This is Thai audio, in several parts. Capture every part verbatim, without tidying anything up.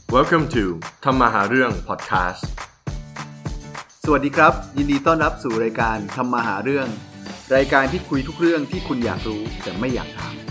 Welcome to ทำมาหาเรื่อง podcast สวัสดีครับยินดีต้อนรับสู่รายการทำมาหาเรื่องรายการที่คุยทุกเรื่องที่คุณอยากรู้แต่ไม่อยากถาม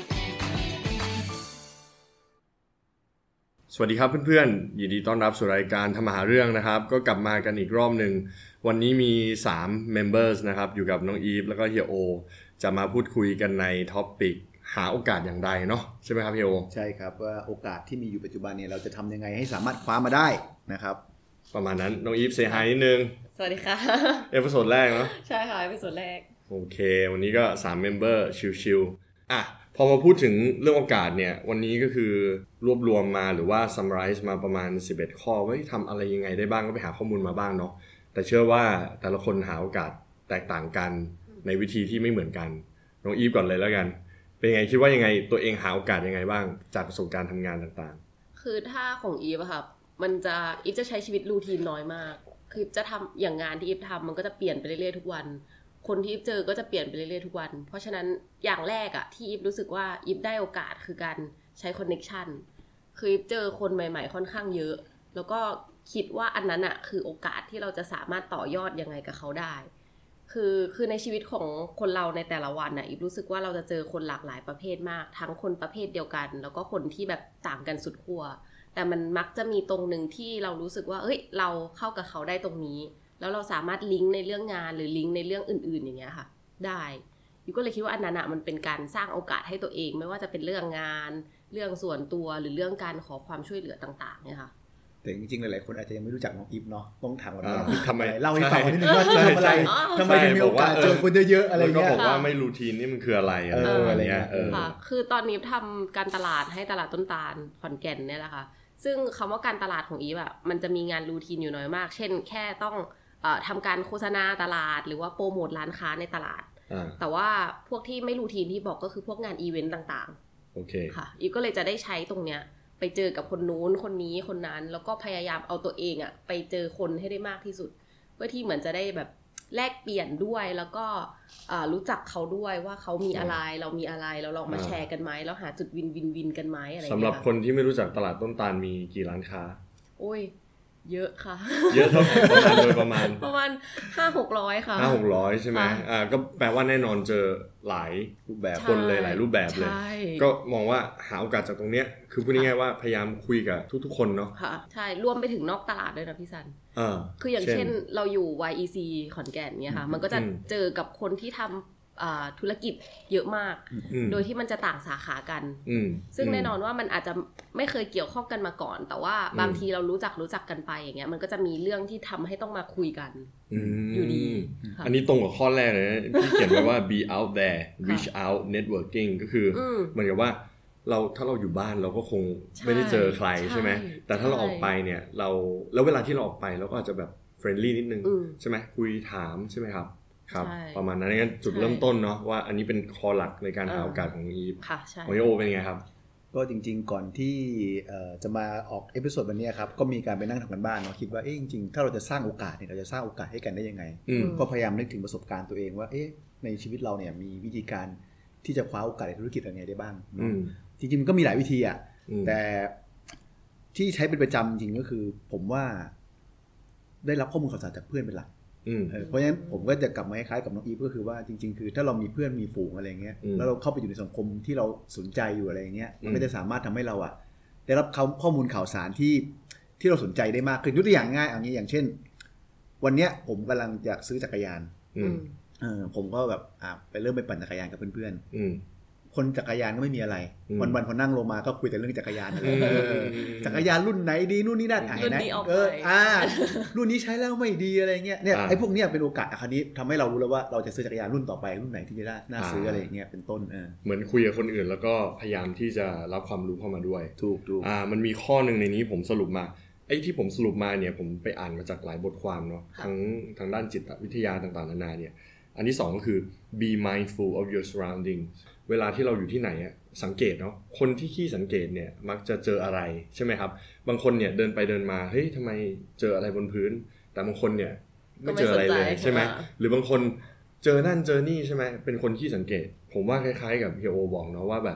สวัสดีครับเพื่อนๆยินดีต้อนรับสู่รายการทำมาหาเรื่องนะครับก็กลับมากันอีกรอบนึงวันนี้มีสาม members นะครับอยู่กับน้องอีฟแล้วก็เฮียโอจะมาพูดคุยกันในท็อปิกหาโอกาสอย่างใดเนาะใช่ไหมครับเฮียโอใช่ครับว่าโอกาสที่มีอยู่ปัจจุบันเนี่ยเราจะทำยังไงให้สามารถคว้ามาได้นะครับประมาณนั้นน้องอีฟเซฮายนิดนึงสวัสดีค่ะเอพิโซดแรกเนาะใช่ค่ะเอพิโซดแรกโอเควันนี้ก็สาม member ชิลๆอ่ะพอมาพูดถึงเรื่องโอกาสเนี่ยวันนี้ก็คือรวบรวมมาหรือว่า summarize มาประมาณสิบเอ็ดข้อว่าทำอะไรยังไงได้บ้างก็ไปหาข้อมูลมาบ้างเนาะแต่เชื่อว่าแต่ละคนหาโอกาสแตกต่างกันในวิธีที่ไม่เหมือนกันน้องอีฟก่อนเลยแล้วกันเป็นไงคิดว่ายังไงตัวเองหาโอกาสยังไงบ้างจากประสบการณ์ทำงานต่างๆคือถ้าของอีฟอะค่ะมันจะอีฟจะใช้ชีวิตรูทีนน้อยมากคือจะทำอย่างงานที่อีฟทำมันก็จะเปลี่ยนไปเรื่อยๆทุกวันคนที่อีฟเจอก็จะเปลี่ยนไปเรื่อยๆทุกวันเพราะฉะนั้นอย่างแรกอะที่อีฟรู้สึกว่าอีฟได้โอกาสคือการใช้คอนเนคชั่นคืออีฟเจอคนใหม่ๆค่อนข้างเยอะแล้วก็คิดว่าอันนั้นอะคือโอกาสที่เราจะสามารถต่อยอดยังไงกับเขาได้คือคือในชีวิตของคนเราในแต่ละวันน่ะอีฟรู้สึกว่าเราจะเจอคนหลากหลายประเภทมากทั้งคนประเภทเดียวกันแล้วก็คนที่แบบต่างกันสุดขั้วแต่มันมักจะมีตรงนึงที่เรารู้สึกว่าเอ้ยเราเข้ากับเขาได้ตรงนี้แล้วเราสามารถลิงก์ในเรื่องงานหรือลิงก์ในเรื่องอื่นๆอย่างเงี้ยค่ะได้อีฟก็เลยคิดว่าอันนั้นน่ะมันเป็นการสร้างโอกาสให้ตัวเองไม่ว่าจะเป็นเรื่องงานเรื่องส่วนตัวหรือเรื่องการขอความช่วยเหลือต่างๆเนี่ยค่ะแต่จริงๆหลายๆคนอาจจะยังไม่รู้จักน้องอีฟเนาะต้องถามก่อนว่าทำไมเล่าให้ฟังนิดนึงว่าทำอะไรทำไมถึงมีโอกาสเจอคนเยอะๆอะไรเงี้ยก็บอกว่าไม่รูทีนนี่มันคืออะไรอะไรเงี้ยค่ะคือตอนนี้ทำการตลาดให้ตลาดต้นตาลขอนแก่นเนี่ยแหละค่ะซึ่งคำว่าการตลาดของอีฟอะมันจะมีงานรูทีนอยู่น้อยมากเช่นแค่ต้องเอ่อทำการโฆษณาตลาดหรือว่าโปรโมทร้านค้าในตลาดแต่ว่าพวกที่ไม่รูทีนที่บอกก็คือพวกงานอีเวนต์ต่างๆโอเคค่ะอีฟก็เลยจะได้ใช้ตรงเนี้ยไปเจอกับคนนู้นคนนี้คนนั้นแล้วก็พยายามเอาตัวเองอะไปเจอคนให้ได้มากที่สุดเพื่อที่เหมือนจะได้แบบแลกเปลี่ยนด้วยแล้วก็รู้จักเขาด้วยว่าเขามีอะไรเรามีอะไรเราลองมาแชร์กันไหมแล้วหาจุดวินวินวินกันไหมอะไรอย่างเงี้ยสำหรับคนที่ไม่รู้จักตลาดต้นตาลมีกี่ร้านค้าโอ้ยเยอะค่ะเยอะเท่าไหร่ประมาณโดยประมาณประมาณ ห้าหกร้อย ค่ะห้าหกร้อย ใช่ไหมอ่าก็แปลว่าแน่นอนเจอหลายรูปแบบคนเลยหลายรูปแบบเลยก็มองว่าหาโอกาสจากตรงเนี้ยคือพูดง่ายๆว่าพยายามคุยกับทุกๆคนเนาะค่ะใช่รวมไปถึงนอกตลาดด้วยนะพี่ซันอ่าคืออย่างเช่นเราอยู่ วาย อี ซี ขอนแก่นเนี่ยค่ะมันก็จะเจอกับคนที่ทำธุรกิจเยอะมากโดยที่มันจะต่างสาขากันซึ่งแน่นอนว่ามันอาจจะไม่เคยเกี่ยวข้องกันมาก่อนแต่ว่าบางทีเรารู้จักรู้จักกันไปอย่างเงี้ยมันก็จะมีเรื่องที่ทำให้ต้องมาคุยกันอยู่ดีอันนี้ตรงกับข้อแรกเลยนะที่เขียนไว้ว่า be out there reach out networking ก็คือเหมือนกับว่าเราถ้าเราอยู่บ้านเราก็คงไม่ได้เจอใครใช่ไหมแต่ถ้าเราออกไปเนี่ยเราแล้วเวลาที่เราออกไปเราก็อาจจะแบบเฟรนลี่นิดนึงใช่ไหมคุยถามใช่ไหมครับครับประมาณนั้นงั้นจุดเริ่มต้นเนาะว่าอันนี้เป็นคอหลักในการหาโอกาสของอีฟของโยเป็นไงครับก็จริงๆก่อนที่จะมาออกเอพิโซดวันนี้ครับก็มีการไปนั่งทำกันบ้านเนาะคิดว่าเอ๊ะจริงๆถ้าเราจะสร้างโอกาสเนี่ยเราจะสร้างโอกาสให้กันได้ยังไงก็พยายามนึกถึงประสบการณ์ตัวเองว่าเอ๊ะในชีวิตเราเนี่ยมีวิธีการที่จะคว้าโอกาสในธุรกิจอะไรได้บ้างจริงๆมันก็มีหลายวิธีอ่ะแต่ที่ใช้เป็นประจำจริงก็คือผมว่าได้รับข้อมูลข่าวสารจากเพื่อนเป็นหลักเพราะฉะนั้นผมก็จะกลับมาคล้ายๆกับน้องอีฟก็คือว่าจริงๆคือถ้าเรามีเพื่อนมีฝูงอะไรเงี้ยแล้วเราเข้าไปอยู่ในสังคมที่เราสนใจอยู่อะไรเงี้ยมันก็จะสามารถทำให้เราอ่ะได้รับข้อมูลข่าวสารที่ที่เราสนใจได้มากขึ้นยกตัวอย่างง่ายอย่างนี้อย่างเช่นวันเนี้ยผมกำลังจะซื้อจักรยานเออผมก็แบบอ่ะไปเริ่มไปปั่นจักรยานกับเพื่อนๆคนจักรยานก็ไม่มีอะไรวันๆพอนั่งลงมาก็คุยแต่เรื่องจักรยานจักรยานรุ่นไหนดีนู่นนี่นั่นอ่ะนะเอออ่ารุ่นนี้ใช้แล้วไม่ดีอะไรเงี้ยเนี่ยไอ้พวกเนี้ยเป็นโอกาสคราวนี้ทำให้เรารู้แล้วว่าเราจะซื้อจักรยานรุ่นต่อไปรุ่นไหนที่จะน่าซื้ออะไรเงี้ยเป็นต้นเออเหมือนคุยกับคนอื่นแล้วก็พยายามที่จะรับความรู้เข้ามาด้วยถูกถูกอ่ามันมีข้อนึงในนี้ผมสรุปมาไอ้ที่ผมสรุปมาเนี่ยผมไปอ่านมาจากหลายบทความเนาะทั้งทางด้านจิตวิทยาต่างๆนานาเนี่ยอันที่สองก็คือ be mindful of your surroundings เวลาที่เราอยู่ที่ไหนอ่ะสังเกตเนาะคนที่ขี้สังเกตเนี่ยมักจะเจออะไรใช่ไหมครับบางคนเนี่ยเดินไปเดินมาเฮ้ยทำไมเจออะไรบนพื้นแต่บางคนเนี่ยไม่เจออะไรเลยใช่ไหมหรือบางคนเจอนั่นเจอนี่ใช่ไหมเป็นคนขี้สังเกตผมว่าคล้ายๆกับเฮียโอบอกเนาะว่าแบบเ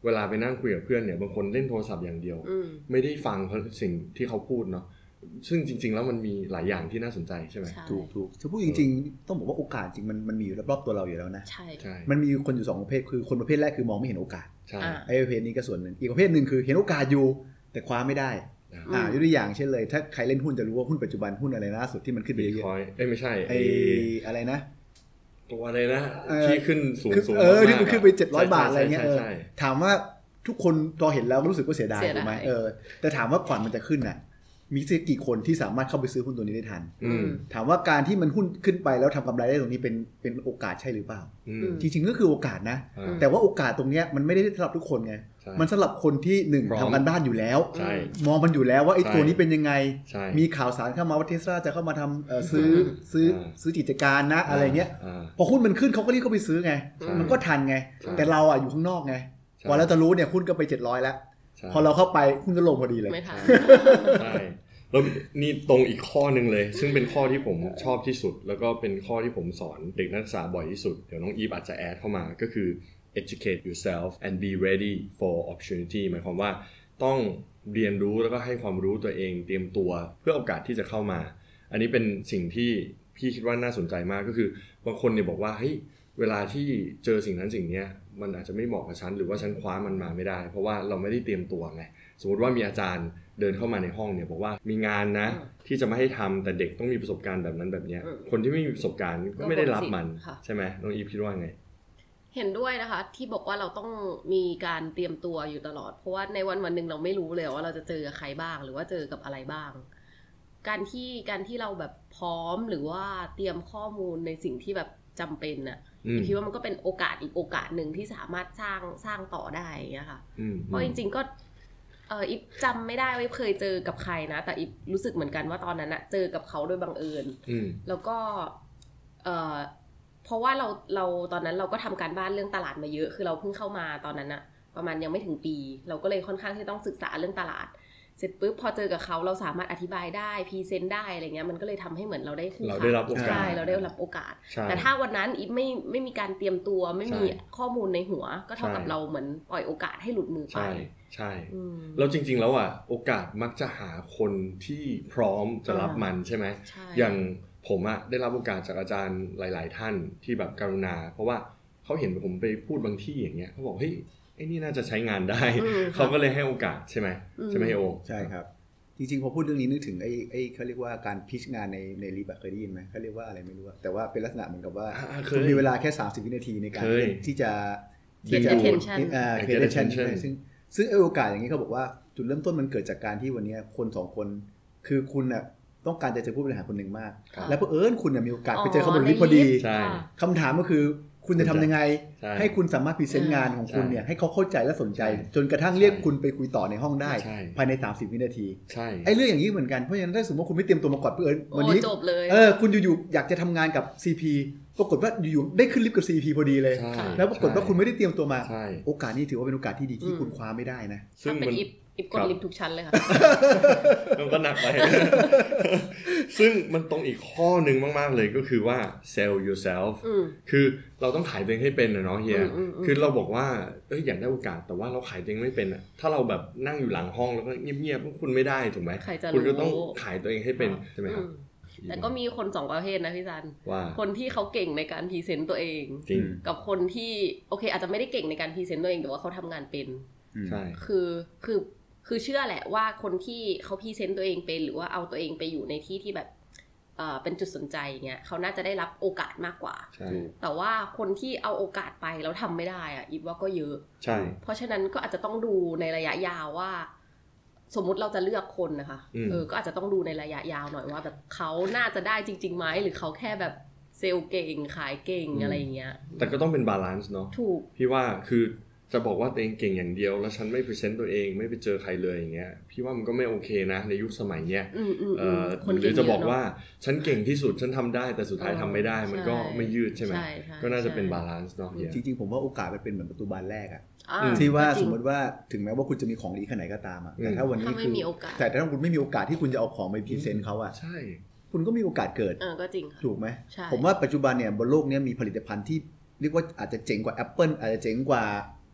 เวลาไปนั่งคุยกับเพื่อนเนี่ยบางคนเล่นโทรศัพท์อย่างเดียวไม่ได้ฟังสิ่งที่เขาพูดเนาะซึ่งจริงๆแล้วมันมีหลายอย่างที่น่าสนใจใช่ไหมถูกถูกจะพูดจริงๆต้องบอกว่าโอกาสจริงมันมันมีอยู่รอบๆตัวเราอยู่แล้วนะใช่ใช่มันมีคนอยู่สองประเภทคือคนประเภทแรกคือมองไม่เห็นโอกาสใช่ไอ้ประเภทนี้ก็ส่วนหนึ่งอีกประเภทหนึ่งคือเห็นโอกาสอยู่แต่คว้าไม่ได้อ่ายกตัวอย่างเช่นเลยถ้าใครเล่นหุ้นจะรู้ว่าหุ้นปัจจุบันหุ้นอะไรล่าสุดที่มันขึ้นไปเยอะๆเอ้ยไม่ใช่ไอ้อะไรนะตัวอะไรนะที่ขึ้นสูงๆเออที่มันขึ้นไปเจ็ดร้อยบาทอะไรเงี้ยถามว่าทุกคนพอเห็นแล้วก็รู้สึกว่าเสียดายถูกมั้ยเออแต่ถามว่าก่อนมันจะขึ้นน่ะมีสักกี่คนที่สามารถเข้าไปซื้อหุ้นตัวนี้ได้ทันถามว่าการที่มันหุ้นขึ้นไปแล้วทำกำไรได้ตรงนี้เป็นเป็นโอกาสใช่หรือเปล่าจริงๆก็คือโอกาสนะแต่ว่าโอกาสตรงนี้มันไม่ได้สำหรับทุกคนไงมันสำหรับคนที่หนึ่งทำกันบ้านอยู่แล้วมองมันอยู่แล้วว่าไอ้ตัวนี้เป็นยังไงมีข่าวสารเข้ามาว่า Tesla จะเข้ามาทำซื้อซื้อซื้อกิจการนะอะไรเงี้ยพอหุ้นมันขึ้นเขาก็รีบเข้าไปซื้อไงมันก็ทันไงแต่เราอ่ะอยู่ข้างนอกไงพอเราจะรู้เนี่ยหุ้นก็ไปเจ็ดร้อยแล้วพอเราเข้าไปหุ้นก็ลงพอดีเลยไม่ทันใช่แล้วนี่ตรงอีกข้อนึงเลยซึ่งเป็นข้อที่ผมชอบที่สุดแล้วก็เป็นข้อที่ผมสอนเด็กนักศึกษาบ่อยที่สุดเดี๋ยวน้องอีฟอาจจะแอดเข้ามาก็คือ educate yourself and be ready for opportunity หมายความว่าต้องเรียนรู้แล้วก็ให้ความรู้ตัวเองเตรียมตัวเพื่อโอกาสที่จะเข้ามาอันนี้เป็นสิ่งที่พี่คิดว่าน่าสนใจมากก็คือบางคนเนี่ยบอกว่าเฮ้ยเวลาที่เจอสิ่งนั้นสิ่งนี้มันอาจจะไม่เหมาะกับฉันหรือว่าฉันคว้ามันมาไม่ได้เพราะว่าเราไม่ได้เตรียมตัวไงสมมติว่ามีอาจารย์เดินเข้ามาในห้องเนี่ยบอกว่ามีงานนะที่จะไม่ให้ทำแต่เด็กต้องมีประสบการณ์แบบนั้นแบบนี้คนที่ไม่มีประสบการณ์ก็ไม่ได้รับมันใช่ไหมน้องอีฟคิดว่าไงเห็นด้วยนะคะที่บอกว่าเราต้องมีการเตรียมตัวอยู่ตลอดเพราะว่าในวันวันหนึ่งเราไม่รู้เลยว่าเราจะเจอกับใครบ้างหรือว่าเจอกับอะไรบ้างการที่การที่เราแบบพร้อมหรือว่าเตรียมข้อมูลในสิ่งที่แบบจำเป็นน่ะคิดว่ามันก็เป็นโอกาสอีกโอกาสหนึ่งที่สามารถสร้างสร้างต่อได้อย่างเงี้ยค่ะเพราะจริงๆก็เอออิฟจำไม่ได้ว่าเคยเจอกับใครนะแต่อิฟรู้สึกเหมือนกันว่าตอนนั้นอะเจอกับเขาโดยบังเอิญแล้วก็เออเพราะว่าเราเราตอนนั้นเราก็ทำการบ้านเรื่องตลาดมาเยอะคือเราเพิ่งเข้ามาตอนนั้นอะประมาณยังไม่ถึงปีเราก็เลยค่อนข้างที่ต้องศึกษาเรื่องตลาดเสร็จปุ๊บพอเจอกับเขาเราสามารถอธิบายได้พรีเซนต์ได้อะไรเงี้ยมันก็เลยทำให้เหมือนเราได้เราได้รับโอกาสใช่เราได้รับโอกาสแต่ถ้าวันนั้นอีฟไม่ไม่มีการเตรียมตัวไม่มีข้อมูลในหัวก็เท่ากับเราเหมือนปล่อยโอกาสให้หลุดมือไปใช่แล้วจริงๆแล้วอ่ะโอกาสมักจะหาคนที่พร้อมจะรับมันใช่ไหมอย่างผมอ่ะได้รับโอกาสจากอาจารย์หลายๆท่านที่แบบกรุณาเพราะว่าเขาเห็นผมไปพูดบางที่อย่างเงี้ยเขาบอกเฮ้ยไอ้นี่น่าจะใช้งานได้เขาก็เลยให้โอกาสใช่ไหมใช่ไหมโอใช่ครับจริงๆพอพูดเรื่องนี้นึกถึงไอ้ไอ้เขาเรียกว่าการพิชงานในในรีบเคยได้ยินไหมเขาเรียกว่าอะไรไม่รู้แต่ว่าเป็นลักษณะเหมือนกับว่าคุณมีเวลาแค่สามสิบวินาทีในการที่จะที่จะ attention อ่า attention ซึ่งซึ่งไอ้โอกาสอย่างนี้เขาบอกว่าจุดเริ่มต้นมันเกิดจากการที่วันนี้คนสองคนคือคุณน่ะต้องการจะเจอผู้บริหารคนหนึ่งมากแล้วเผอิญคุณน่ะมีโอกาสไปเจอเขาบนลิฟต์พอดีคำถามก็คือคุณจะทำยังไงให้คุณสามารถพรีเซนต์งานของคุณเนี่ยให้เขาเข้าใจและสนใจจนกระทั่งเรียกคุณไปคุยต่อในห้องได้ภายในสามสิบวินาทีไอ้เรื่องอย่างนี้เหมือนกันเพราะฉะนั้นถ้าสมมติว่าคุณไม่เตรียมตัวมาก่อนเพื่อนวันนี้เออคุณอยู่ๆอยากจะทำงานกับ ซี พี ปรากฏว่าอยู่ๆได้ขึ้นลิฟต์กับ ซี พี พอดีเลยแล้วปรากฏว่าคุณไม่ได้เตรียมตัวมาโอกาสนี้ถือว่าเป็นโอกาสที่ดีที่คุณคว้าไม่ได้นะซึ่งมันอิฟกดลิฟต์ทุกชั้นเลยค่ะมันก็หนักไปซึ่งมันตรงอีกข้อนึงมากๆเลยก็คือว่า sell yourself คือเราต้องขายตัวเองให้เป็นนะเนาะเฮียคือเราบอกว่าเอ้ยอยากได้โอกาสแต่ว่าเราขายตัวเองไม่เป็นอ่ะถ้าเราแบบนั่งอยู่หลังห้องแล้วก็เงียบๆคุณไม่ได้ถูกไหมคุณก็ต้องขายตัวเองให้เป็นใช่ไหมครับแต่ก็มีคนสองประเภทนะพี่ซันคนที่เขาเก่งในการพรีเซนต์ตัวเองกับคนที่โอเคอาจจะไม่ได้เก่งในการพรีเซนต์ตัวเองแต่ว่าเขาทำงานเป็นใช่คือคือคือเชื่อแหละว่าคนที่เขาพรีเซนต์ตัวเองเป็นหรือว่าเอาตัวเองไปอยู่ในที่ที่แบบเอ่อเป็นจุดสนใจเงี้ยเขาน่าจะได้รับโอกาสมากกว่าแต่ว่าคนที่เอาโอกาสไปแล้วทำไม่ได้อ่ะอีฟว่าก็เยอะใช่เพราะฉะนั้นก็อาจจะต้องดูในระยะยาวว่าสมมุติเราจะเลือกคนนะคะเออก็อาจจะต้องดูในระยะยาวหน่อยว่าแบบเขาน่าจะได้จริงๆไหมหรือเขาแค่แบบเซลล์เก่งขายเก่งอะไรเงี้ยแต่ก็ต้องเป็นบาลานซ์เนาะถูกพี่ว่าคือจะบอกว่าตัวเองเก่งอย่างเดียวแล้วฉันไม่พรีเซนต์ตัวเองไม่ไปเจอใครเลยอย่างเงี้ยพี่ว่ามันก็ไม่โอเคนะในยุคสมัยเนี้ยเอ่อหรือจะบอกว่าฉันเก่งที่สุดฉันทำได้แต่สุดท้ายทำไม่ได้มันก็ไม่ยืดใช่ไหมก็น่าจะเป็นบาลานซ์เนาะจริงๆผมว่าโอกาสมันเป็นเหมือนประตูบานแรกอะที่ว่าสมมติว่าถึงแม้ว่าคุณจะมีของดีขนาดไหนก็ตามอะแต่ถ้าวันนี้คือแต่ถ้าคุณไม่มีโอกาสที่คุณจะเอาของไปพรีเซนต์เขาอะใช่คุณก็มีโอกาสเกิดเออก็จริงค่ะถูกไหมผมว่าปัจจุบันเนี่ยบนโลกนี้มีผลิตภัณฑ์ที่เรียกว่าอาจจะเจ๋งกว่า Apple อาจจะเจ๋งกว่า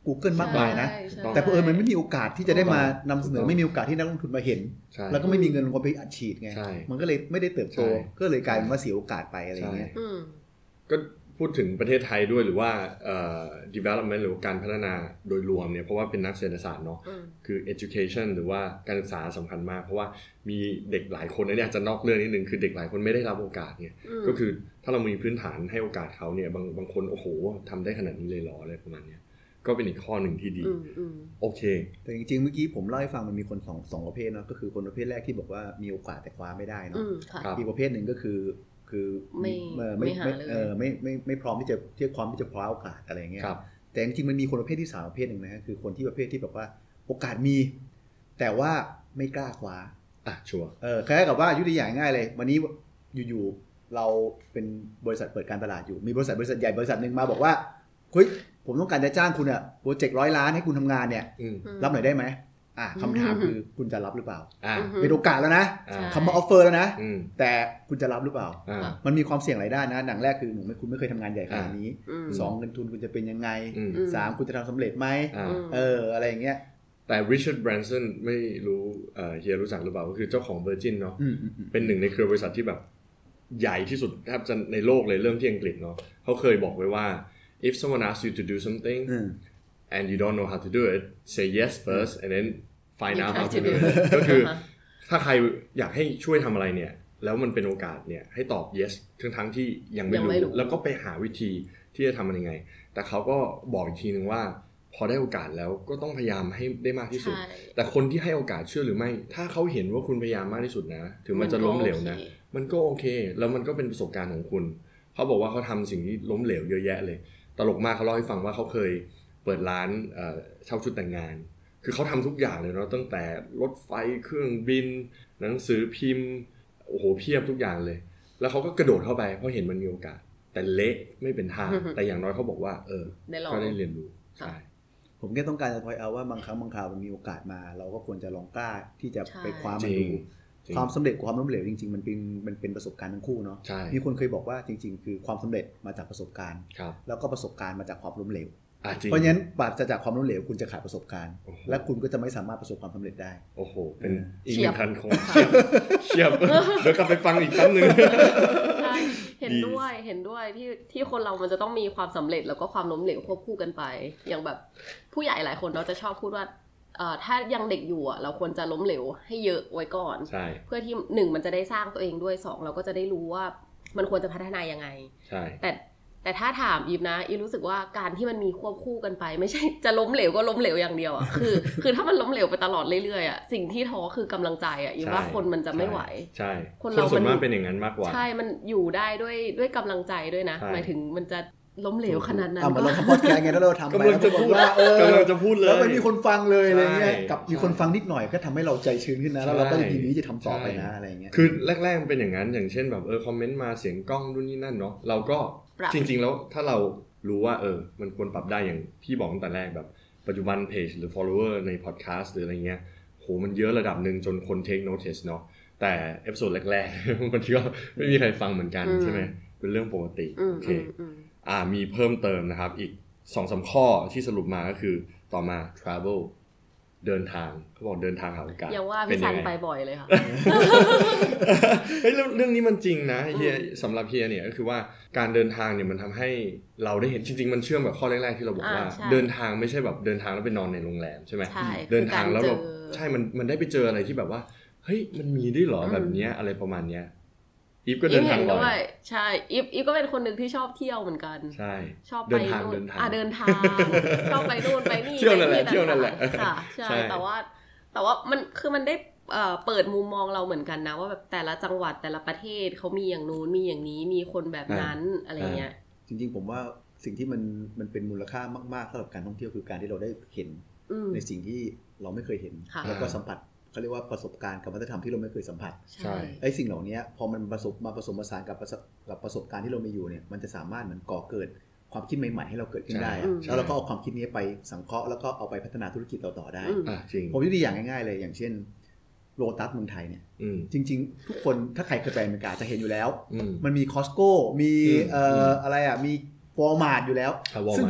Google มากมายนะแต่เพราะเออมันไม่มีโอกาสที่จะได้มานำเสนอไม่มีโอกาสที่นักลงทุนมาเห็นแล้วก็ไม่มีเงินลงไปอัดฉีดไงมันก็เลยไม่ได้เติบโตก็เลยกลายเป็นว่าเสียโอกาสไปอะไรเงี้ยก็พูดถึงประเทศไทยด้วยหรือว่าเอ่อ development หรือการพัฒนาโดยรวมเนี่ยเพราะว่าเป็นนักเศรษฐศาสตร์เนาะคือ education หรือว่าการศึกษาสำคัญมากเพราะว่ามีเด็กหลายคนเนี่ยจะนอกเรื่องนิดนึงคือเด็กหลายคนไม่ได้รับโอกาสเนี่ยก็คือถ้าเรามีพื้นฐานให้โอกาสเขาเนี่ยบางบางคนโอ้โหทำได้ขนาดนี้เลยเหรออะไรประมาณนี้ก็เป็นอีกข้อหนึ่งที่ดีโอเคแต่จริงๆเมื่อกี้ผมเล่าให้ฟังมันมีคนสองสองประเภทเนาะก็คือคนประเภทแรกที่บอกว่ามีโอกาสแต่คว้าไม่ได้เนาะอีกประเภทหนึ่งก็คือคือไม่ไม่ไม่เออไม่ไม่ไม่พร้อมที่จะที่พร้อมที่จะคว้าโอกาสอะไรอย่างเงี้ยแต่จริงๆมันมีคนประเภทที่สามประเภทหนึ่งนะฮะคือคนที่ประเภทที่แบบว่าโอกาสมีแต่ว่าไม่กล้าคว้าอ่ะชัวร์เออคล้ายๆกับว่ายุติอย่างง่ายเลยวันนี้อยู่ๆเราเป็นบริษัทเปิดการตลาดอยู่มีบริษัทบริษัทใหญ่บริษัทนึงมาบอกว่าเฮ้ยผมต้องการจะจ้างคุณอะโปรเจกต์ร้อยล้านให้คุณทำงานเนี่ยรับหน่อยได้ไหมอ่ะคำถามคือคุณจะรับหรือเปล่าเป็นโอกาสแล้วนะคำว่าออฟเฟอร์แล้วนะแต่คุณจะรับหรือเปล่ามันมีความเสี่ยงหลายด้านนะหนังแรกคือหนูไม่คุณไม่เคยทำงานใหญ่ขนาดนี้สองเงินทุนคุณจะเป็นยังไงสามคุณจะทำสำเร็จไหมเอออะไรอย่างเงี้ยแต่ Richard Branson ไม่รู้เอ่อเฮียรู้จักหรือเปล่าก็คือเจ้าของ Virgin เนาะเป็นหนึ่งในเครือบริษัทที่แบบใหญ่ที่สุดแทบจะในโลกเลยเริ่มที่อังกฤษเนาะเขาเคยบอกไว้ว่า if someone asks you to do something and you don't know how to do it say yes first and then find out how to do it ก็คือถ้าใครอยากให้ช่วยทำอะไรเนี่ยแล้วมันเป็นโอกาสเนี่ยให้ตอบ yes ทั้งทั้งที่ยังไม่รู้แล้วก็ไปหาวิธีที่จะทำมันยังไงแต่เขาก็บอกอีกทีนึงว่าพอได้โอกาสแล้วก็ต้องพยายามให้ได้มากที่สุดแต่คนที่ให้โอกาสเชื่อหรือไม่ถ้าเขาเห็นว่าคุณพยายามมากที่สุดนะถึงมันจะล้มเหลวนะมันก็โอเคแล้วมันก็เป็นประสบการณ์ของคุณเขาบอกว่าเขาทำสิ่งที่ล้มเหลวเยอะแยะเลยตลกมากเขาเล่าให้ฟังว่าเขาเคยเปิดร้านเช่าชุดแต่งงานคือเขาทำทุกอย่างเลยเนาะตั้งแต่รถไฟเครื่องบินหนังสือพิมพ์โอ้โหเพียบทุกอย่างเลยแล้วเขาก็กระโดดเข้าไปเพราะเห็นมันมีโอกาสแต่เละไม่เป็นทาง แต่อย่างน้อยเขาบอกว่าเออก็ได้เรียนรู้ใช่ผมแค่ต้องการจะพอยเอาว่าบางครั้งบางคราวมันมีโอกาสมาเราก็ควรจะลองกล้าที่จะไปคว้ามันดูความสำเร็จกับความล้มเหลวจริงๆมันเป็นมันเป็นประสบการณ์ทั้งคู่เนาะมีคนเคยบอกว่าจริงๆคือความสำเร็จมาจากประสบการณ์แล้วก็ประสบการณ์มาจากความล้มเหลวเพราะฉะนั้นปราศจากความล้มเหลวคุณจะขาดประสบการณ์และคุณก็จะไม่สามารถประสบความสำเร็จได้โอ้โหเป็นอีกหนึ่งคันของเชียบเชียบเดี๋ยวกลับไปฟังอีกครั้งนึงเห็นด้วยเห็นด้วยที่ที่คนเรามันจะต้องมีความสำเร็จแล้วก็ความล้มเหลวควบคู่กันไปอย่างแบบผู้ใหญ่หลายคนเราจะชอบพูดว่าถ้ายังเด็กอยู่อ่ะเราควรจะล้มเหลวให้เยอะไว้ก่อนเพื่อที่หนึ่งมันจะได้สร้างตัวเองด้วยสองเราก็จะได้รู้ว่ามันควรจะพัฒนายังไงแต่แต่ถ้าถามอีฟนะอีฟรู้สึกว่าการที่มันมีควบคู่กันไปไม่ใช่จะล้มเหลวก็ล้มเหลวอย่างเดียวอ่ะคือคือถ้ามันล้มเหลวไปตลอดเรื่อยๆอ่ะสิ่งที่ท้อคือกำลังใจอ่ะอีฟว่าคนมันจะไม่ไหวใช่คนเราส่วนมากเป็นอย่างนั้นมากกว่าใช่มันอยู่ได้ด้วยด้วยกำลังใจด้วยนะหมายถึงมันจะล้มเหลวขนาดนั้นก็เราทำพอดแคสต์ไงแล้วเราทำไปกำลังจะพูดว่าเออกำลังจะพูดเลยแล้วมันมีคนฟังเลยอะไรเงี้ยกับมีคนฟังนิดหน่อยก็ทำให้เราใจชื้นขึ้นนะแล้วเราก็ทีนี้จะทำต่อไปนะอะไรเงี้ยคือแรกๆมันเป็นอย่างนั้นอย่างเช่นแบบเออคอมเมนต์มาเสียงกล้องนู่นนี่นั่นเนาะเราก็จริงๆแล้วถ้าเรารู้ว่าเออมันควรปรับได้อย่างพี่บอกตั้งแต่แรกแบบปัจจุบันเพจหรือ follower ใน podcast หรืออะไรเงี้ยโหมันเยอะระดับนึงจนคน take notice เนาะแต่เอพิโซดแรกๆมันก็ไม่มีใครฟังเหมือนกันใช่ไหมเป็นเรื่องปกติโอเคอ่ามีเพิ่มเติมนะครับอีก สองถึงสาม ข้อที่สรุปมาก็คือต่อมา travel เดินทางเขาบอกเดินทางหาโอกาสอย่าว่าพี่ซันไปบ่อยเลยค่ะเฮ้ยเรื่องนี้มันจริงนะเฮียสำหรับเฮียเนี่ยก็คือว่าการเดินทางเนี่ยมันทำให้เราได้เห็นจริงๆมันเชื่อมกับข้อแรกๆที่เราบอกว่าเดินทางไม่ใช่แบบเดินทางแล้วไปนอนในโรงแรมใช่ไหมเดินทางแล้วเราใช่มันมันได้ไปเจออะไรที่แบบว่าเฮ้ยมันมีด้วยเหรอแบบเนี้ยอะไรประมาณเนี้ยอีฟก็เดินทางบ่อยใช่อีฟอีฟก็เป็นคนหนึ่งที่ชอบเที่ยวเหมือนกันใช่ชอบไปนู่นอ่ะเดินทางชอบไปนู่นไปนี่เที่ยวนั่นแหละเที่ยวนั่นแหละค่ะใช่แต่ว่าแต่ว่ามันคือมันได้เปิดมุมมองเราเหมือนกันนะว่าแบบแต่ละจังหวัดแต่ละประเทศเขามีอย่างนู้นมีอย่างนี้มีคนแบบนั้นอะไรเงี้ยจริงๆผมว่าสิ่งที่มันมันเป็นมูลค่ามากๆสำหรับการท่องเที่ยวคือการที่เราได้เห็นในสิ่งที่เราไม่เคยเห็นแล้วก็สัมผัสเขาเรียกว่าประสบการณ์กับวัฒนธรรมที่เราไม่เคยสัมผัสใช่ไอ้สิ่งเหล่านี้พอมันผสมมาผสมผสานกับกับประสบการณ์ที่เรามีอยู่เนี่ยมันจะสามารถเหมือนก่อเกิดความคิดใหม่ๆให้เราเกิดขึ้นได้แล้วเราก็เอาความคิดนี้ไปสังเคราะห์แล้วก็เอาไปพัฒนาธุรกิจเราต่อได้ผมยกตัวอย่างง่ายๆเลยอย่างเช่นโลตัสเมืองไทยเนี่ยจริงๆทุกคนถ้าใครเคยไปอเมริกาจะเห็นอยู่แล้วมันมีคอสโก้มีเอ่ออะไรอ่ะมีวอลมาร์ทอยู่แล้วซึ่งพวกเนี้ย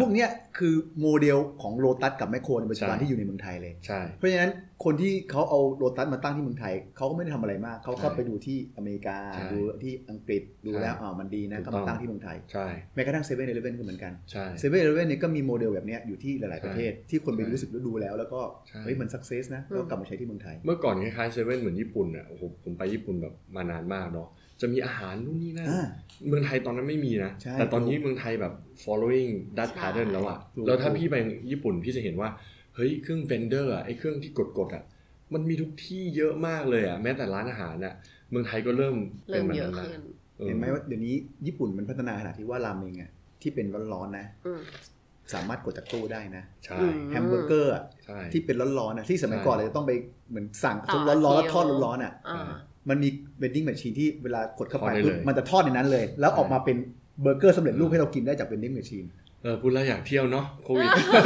คือโมเดลของโลตัสกับแมคโครในปัจจุบันที่อยู่ในเมืองไทยเลยใช่เพราะฉะนั้นคนที่เขาเอาโลตัสมาตั้งที่เมืองไทยเขาก็ไม่ได้ทำอะไรมากเขาก็ไปดูที่อเมริกาดูที่อังกฤษดูแล้วอ๋อมันดีนะก็มาตั้งที่เมืองไทยใช่แม้กระทั่ง เซเว่น อีเลฟเว่น ก็เหมือนกันใช่เซเว่น อีเลฟเว่น เนี่ยก็มีโมเดลแบบนี้อยู่ที่หลายๆประเทศที่คนไปรู้สึกดูแล้วแล้วก็เฮ้ยมันสักเซสนะแล้วกลับมาใช้ที่เมืองไทยเมื่อก่อนคล้ายๆเซเว่นเหมือนญี่ปุ่นอ่ะโอ้โหผมไปญี่ปุ่นแบบมานานมากเนาะจะมีอาหารนู่นนี่นั่นเมืองไทยตอนนั้นไม่มีนะแต่ตอนนี้เมืองไทยแบบ following that pattern แล้วอ่ะแล้วถ้าพี่ไปญี่ปุ่นพี่จะเห็นว่าเฮ้ยเครื่องเวนเดอร์อ่ะไอ้เครื่องที่กดๆอ่ะมันมีทุกที่เยอะมากเลยอ่ะแม้แต่ร้านอาหารน่ะเมืองไทยก็เริ่มเป็นแบบนั้นเห็นไหมว่าเดี๋ยวนี้ญี่ปุ่นมันพัฒนาขนาดที่ว่าราเมงอ่ะที่เป็นร้อนๆนะสามารถกดจากตู้ได้นะใช่แฮมเบอร์เกอร์อ่ะที่เป็นร้อนๆนะที่สมัยก่อนเราจะต้องไปเหมือนสั่งร้อนๆแล้วทอดร้อนๆอ่ะมันมีเวนดิ้งแมชชีนที่เวลากดเข้าไปปุ๊บมันจะทอดในนั้นเลยแล้วออกมาเป็นเบอร์เกอร์สำเร็จรูปให้เรากินได้จากเวนดิ้งแมชชีนเออพูดแล้วอยากเที่ยวเนาะโควิด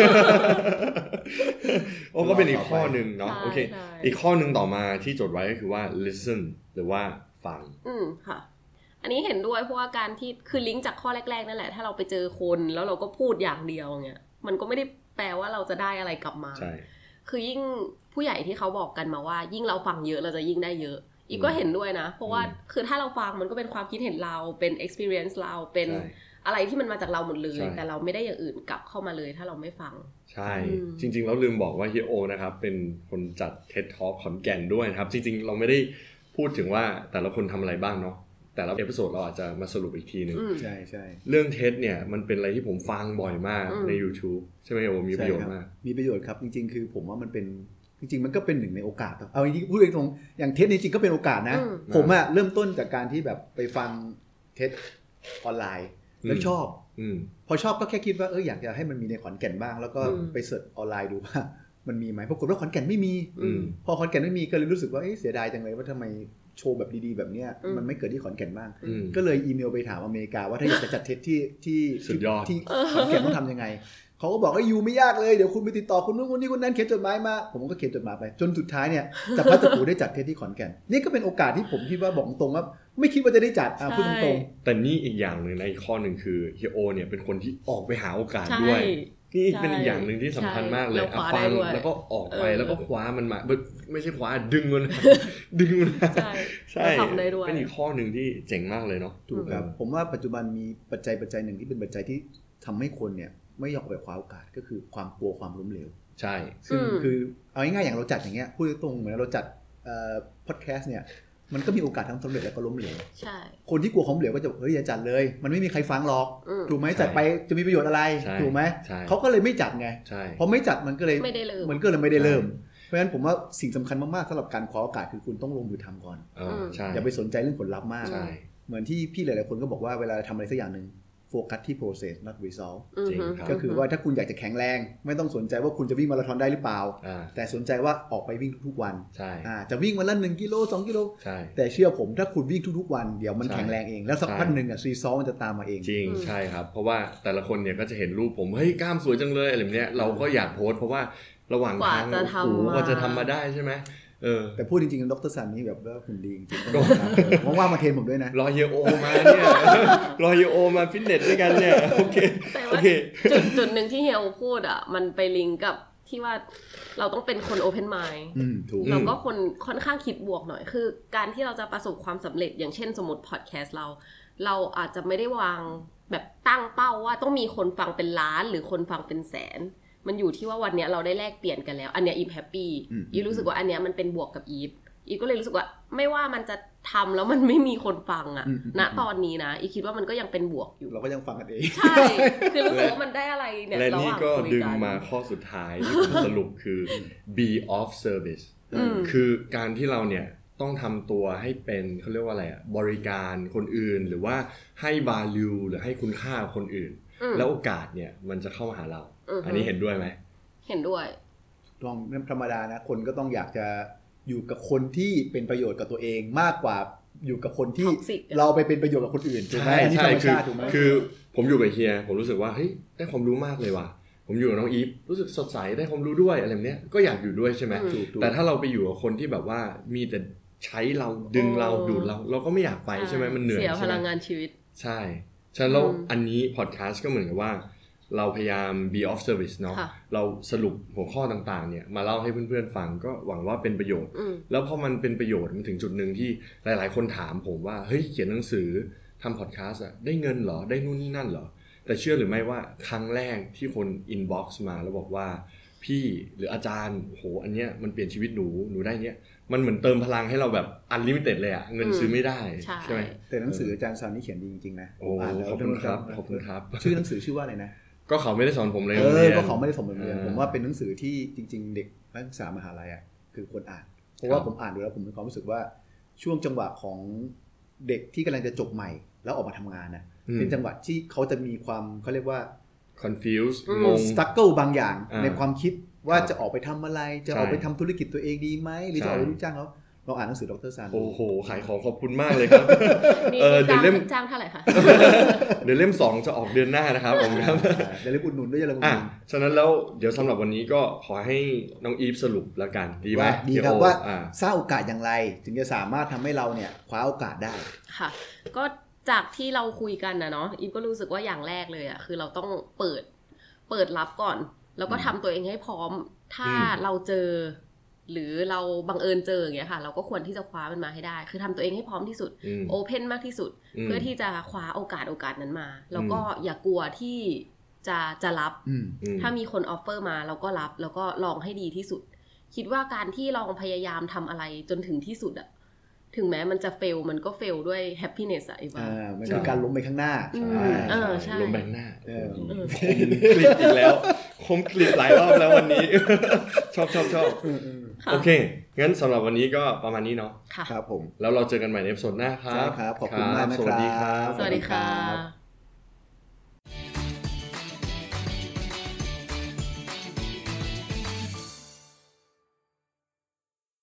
โอ้ก็เป็นอีกข้อนึงเนาะโอเคอีกข้อนึงต่อมาที่จดไว้ก็คือว่า listen หรือว่าฟังอืมค่ะอันนี้เห็นด้วยเพราะว่าการที่คือลิงก์จากข้อแรกๆนั่นแหละถ้าเราไปเจอคนแล้วเราก็พูดอย่างเดียวเงี้ยมันก็ไม่ได้แปลว่าเราจะได้อะไรกลับมาใช่คือยิ่งผู้ใหญ่ที่เขาบอกกันมาว่ายิ่งเราฟังเยอะเราจะยิ่งได้เยอะอีกก็เห็นด้วยนะเพราะว่าคือถ้าเราฟังมันก็เป็นความคิดเห็นเราเป็น experience เราเป็นอะไรที่มันมาจากเราหมดเลยแต่เราไม่ได้อย่างอื่นกลับเข้ามาเลยถ้าเราไม่ฟังใช่จริงๆแล้วลืมบอกว่าเฮียโอนะครับเป็นคนจัด ที อี ดี Talk ขอนแก่นด้วยนะครับจริงๆเราไม่ได้พูดถึงว่าแต่ละคนทำอะไรบ้างเนาะแต่ละเอพิโซดเราอาจจะมาสรุปอีกทีนึงใช่ใช่เรื่อง ที อี ดี เนี่ยมันเป็นอะไรที่ผมฟังบ่อยมากใน YouTube ใช่ไหมโอมีประโยชน์มากมีประโยชน์ครับจริงๆคือผมว่ามันเป็นจริงๆมันก็เป็นหนึ่งในโอกาสเอาจริงๆพูดตรงๆอย่างเทสจริงๆก็เป็นโอกาสนะผมอะเริ่มต้นจากการที่แบบไปฟังเทสออนไลน์แล้วชอบพอชอบก็แค่คิดว่าเอออยากจะให้มันมีในขอนแก่นบ้างแล้วก็ไปเสิร์ชออนไลน์ดูว่ามันมีไหมปรากฏว่าขอนแก่นไม่มีพอขอนแก่นไม่มีก็เลยรู้สึกว่าเสียดายจังเลยว่าทำไมโชว์แบบดีๆแบบเนี้ยมันไม่เกิดที่ขอนแก่นบ้างก็เลยอีเมลไปถามอเมริกาว่าถ้าอยากจะจัดเทสที่ที่ที่ขอนแก่นต้องทำยังไงเขาก็บอกว่าอยู่ไม่ยากเลยเดี๋ยวคุณไปติดต่อคนนู้นคนนี้คนนั้นเขียนจดหมายมาผมก็เขียนจดหมายไปจนสุดท้ายเนี่ยจับพลัดจับผลูได้จัดเทสที่ขอนแก่นนี่ก็เป็นโอกาสที่ผมคิดว่าบอกตรงว่าไม่คิดว่าจะได้จัดอ่ะพูดตรงๆแต่นี่อีกอย่างนึงนะอีกข้อนึงคือเฮียโอเนี่ยเป็นคนที่ออกไปหาโอกาสด้วยนี่เป็นอีกอย่างนึงที่สำคัญมากเลยฟังแล้วก็ออกไปแล้วก็คว้ามันมาไม่ใช่คว้าดึงมันดึงมันใช่ใช่เป็นอีกข้อนึงที่เจ๋งมากเลยเนาะถูกครับผมว่าปัจจุบันมีปัจจัยปัจจัยนึงที่เป็นปัจจัยที่ทำให้คนเนี่ยไม่ยอมไปคว้าโอกาสก็คือความกลัวความล้มเหลวใช่ซึ่งคือเอาง่ายๆอย่างเราจัดอย่างเงี้ยพูดตรงๆเหมือนเราจัดเอ่อพอดแคสต์เนี่ยมันก็มีโอกาสทั้งสำเร็จและก็ล้มเหลวใช่คนที่กลัวความล้มเหลวก็จะเฮ้ยอย่าจัดเลยมันไม่มีใครฟังหรอกถูกไหมจัดไปจะมีประโยชน์อะไรถูกไหมเขาก็เลยไม่จัดไงพอไม่จัดมันก็เลยมันก็เลยไม่ได้เริ่มเพราะฉะนั้นผมว่าสิ่งสำคัญมากๆสำหรับการคว้าโอกาสคือคุณต้องลงมือทำก่อนอย่าไปสนใจเรื่องผลลัพธ์มากเหมือนที่พี่หลายๆคนก็บอกว่าเวลาทำอะไรสักอย่างนึงโฟกัสที่ process not result ก็คือว่าถ้าคุณอยากจะแข็งแรงไม่ต้องสนใจว่าคุณจะวิ่งมาราธอนได้หรือเปล่าแต่สนใจว่าออกไปวิ่งทุกๆวันจะวิ่งวันละหนึ่งกิโลสองกิโลแต่เชื่อผมถ้าคุณวิ่งทุกๆวันเดี๋ยวมันแข็งแรงเองแล้วสักพักนึงอ่ะ result มันจะตามมาเองจริงใช่ครับเพราะว่าแต่ละคนเนี่ยก็จะเห็นรูปผมเฮ้ยกล้ามสวยจังเลยอะไรแบบเนี้ยเราก็อยากโพสเพราะว่าระหว่างทางโอ้โหกว่าจะทำมาได้ใช่ไหมเออแต่พูดจริงๆดร.ซันนี่แบบว่าหุ่นดีจริงๆว่างๆมาเทรนผมด้วยนะรอเฮียโอมาเนี่ยรอเฮียโอมาฟิตเนสด้วยกันเนี่ยโอเคโอเคจุดจุดนึงที่เฮียโอพูดอ่ะมันไปลิงก์กับที่ว่าเราต้องเป็นคน open mind เราก็คนค่อนข้างคิดบวกหน่อยคือการที่เราจะประสบความสำเร็จอย่างเช่นสมมติพอดแคสต์เราเราอาจจะไม่ได้วางแบบตั้งเป้าว่าต้องมีคนฟังเป็นล้านหรือคนฟังเป็นแสนมันอยู่ที่ว่าวันนี้เราได้แลกเปลี่ยนกันแล้วอันเนี้ยอีฟแฮปปี้อีฟรู้สึกว่าอันเนี้ยมันเป็นบวกกับอีฟอีฟก็เลยรู้สึกว่าไม่ว่ามันจะทำแล้วมันไม่มีคนฟังอะณตอนนี้นะอีฟคิดว่ามันก็ยังเป็นบวกอยู่เราก็ยังฟังกันเองใช่คือรู้สึกว่ามันได้อะไรเนี่ยและนี่ก็ดึงมาข้อสุดท้ายที่ผมสรุปคือ be of service คือการที่เราเนี่ยต้องทำตัวให้เป็นเขาเรียกว่าอะไรอะบริการคนอื่นหรือว่าให้ value หรือให้คุณค่าคนอื่นแล้วโอกาสเนี่ยมันจะเข้ามาหาเราอันนี้เห็นด้วยไหมเห็นด้วยลองธรรมดานะคนก็ต้องอยากจะอยู่กับคนที่เป็นประโยชน์กับตัวเองมากกว่าอยู่กับคนที่เราไปเป็นประโยชน์กับคนอื่นถูกไหมอันนี้ธรรมชาติถูกไหมคือผมอยู่กับเฮียผมรู้สึกว่าเฮ้ยได้ความรู้มากเลยว่ะผมอยู่กับน้องอีฟรู้สึกสดใสได้ความรู้ด้วยอะไรแบบนี้ก็อยากอยู่ด้วยใช่ไหมแต่ถ้าเราไปอยู่กับคนที่แบบว่ามีแต่ใช้เราดึงเราดูดเราเราก็ไม่อยากไปใช่ไหมมันเหนื่อยเสียพลังงานชีวิตใช่ฉะนั้นแล้วอันนี้พอดแคสต์ก็เหมือนกับว่าเราพยายาม be of service เนาะเราสรุปหัวข้อต่างๆเนี่ยมาเล่าให้เพื่อนๆฟังก็หวังว่าเป็นประโยชน์แล้วพอมันเป็นประโยชน์มันถึงจุดหนึ่งที่หลายๆคนถามผมว่าเฮ้ยเขียนหนังสือทำพอดแคสต์อะได้เงินเหรอได้นู่นนี่นั่นเหรอแต่เชื่อหรือไม่ว่าครั้งแรกที่คน inbox มาแล้วบอกว่าพี่หรืออาจารย์โหอันเนี้ยมันเปลี่ยนชีวิตหนูหนูได้เนี้ยมันเหมือนเติมพลังให้เราแบบ unlimited เลยอะเงินซื้อไม่ได้ใช่ไหมแต่หนังสืออาจารย์ซาวนี่เขียนดีจริงๆนะอ่านแล้วขอบคุณครับขอบคุณครับชื่อหนังสือชื่อว่าอะไรนะก็เขาไม่ได้สอนผมเลยเออก็เขาไม่ได้สอนผมเลยผมว่าเป็นหนังสือที่จริงๆเด็กนักศึกษามหาลัยอ่ะคือควรอ่านเพราะว่าผมอ่านดูแล้วผมมีความรู้สึกว่าช่วงจังหวะของเด็กที่กำลังจะจบใหม่แล้วออกมาทำงานนะเป็นจังหวะที่เขาจะมีความเขาเรียกว่า confuse งง struggle บางอย่างในความคิดว่าจะออกไปทำอะไรจะออกไปทำธุรกิจตัวเองดีไหมหรือจะออกไปลูกจ้างเขาเราอ่านหนังสือดร.ซานโอ้โหขายของขอบคุณมากเลยครับเออเดี๋ยวเล่มจ้างเท่าไหร่คะเดี๋ยวเล่มสองจะออกเดือนหน้านะครับผมครับเดี๋ยวเล่มอุดหนุนด้วยอย่าลืมอุดหนุนฉะนั้นแล้วเดี๋ยวสำหรับวันนี้ก็ขอให้น้องอีฟสรุปแล้วกันดีไหมดีครับว่าสร้างโอกาสอย่างไรถึงจะสามารถทำให้เราเนี่ยคว้าโอกาสได้ค่ะก็จากที่เราคุยกันนะเนาะอีฟก็รู้สึกว่าอย่างแรกเลยอ่ะคือเราต้องเปิดเปิดรับก่อนแล้วก็ทำตัวเองให้พร้อมถ้าเราเจอหรือเราบังเอิญเจออย่างเงี้ยค่ะเราก็ควรที่จะคว้ามันมาให้ได้คือทำตัวเองให้พร้อมที่สุดโอเพนมากที่สุดเพื่อที่จะคว้าโอกาสโอกาสนั้นมาแล้วก็อย่ากลัวที่จะจะรับถ้ามีคนออฟเฟอร์มาเราก็รับแล้วก็ลองให้ดีที่สุดคิดว่าการที่ลองพยายามทำอะไรจนถึงที่สุดอะถึงแม้มันจะเฟลมันก็เฟลด้วยแฮปปี้เนสอะอีว่ามันคือการล้มไปข้างหน้าใช่ล้มไปข้างหน้าคมคลิปอีกแล้วคมคลิปหลายรอบแล้ววันนี้ชอบชอบชอบโอเคงั้นสำหรับวันนี้ก็ประมาณนี้เนาะครับผมแล้วเราเจอกันใหม่ในเอพิโซดหน้าครับขอบคุณมากนะครับสวัสดีค่ะ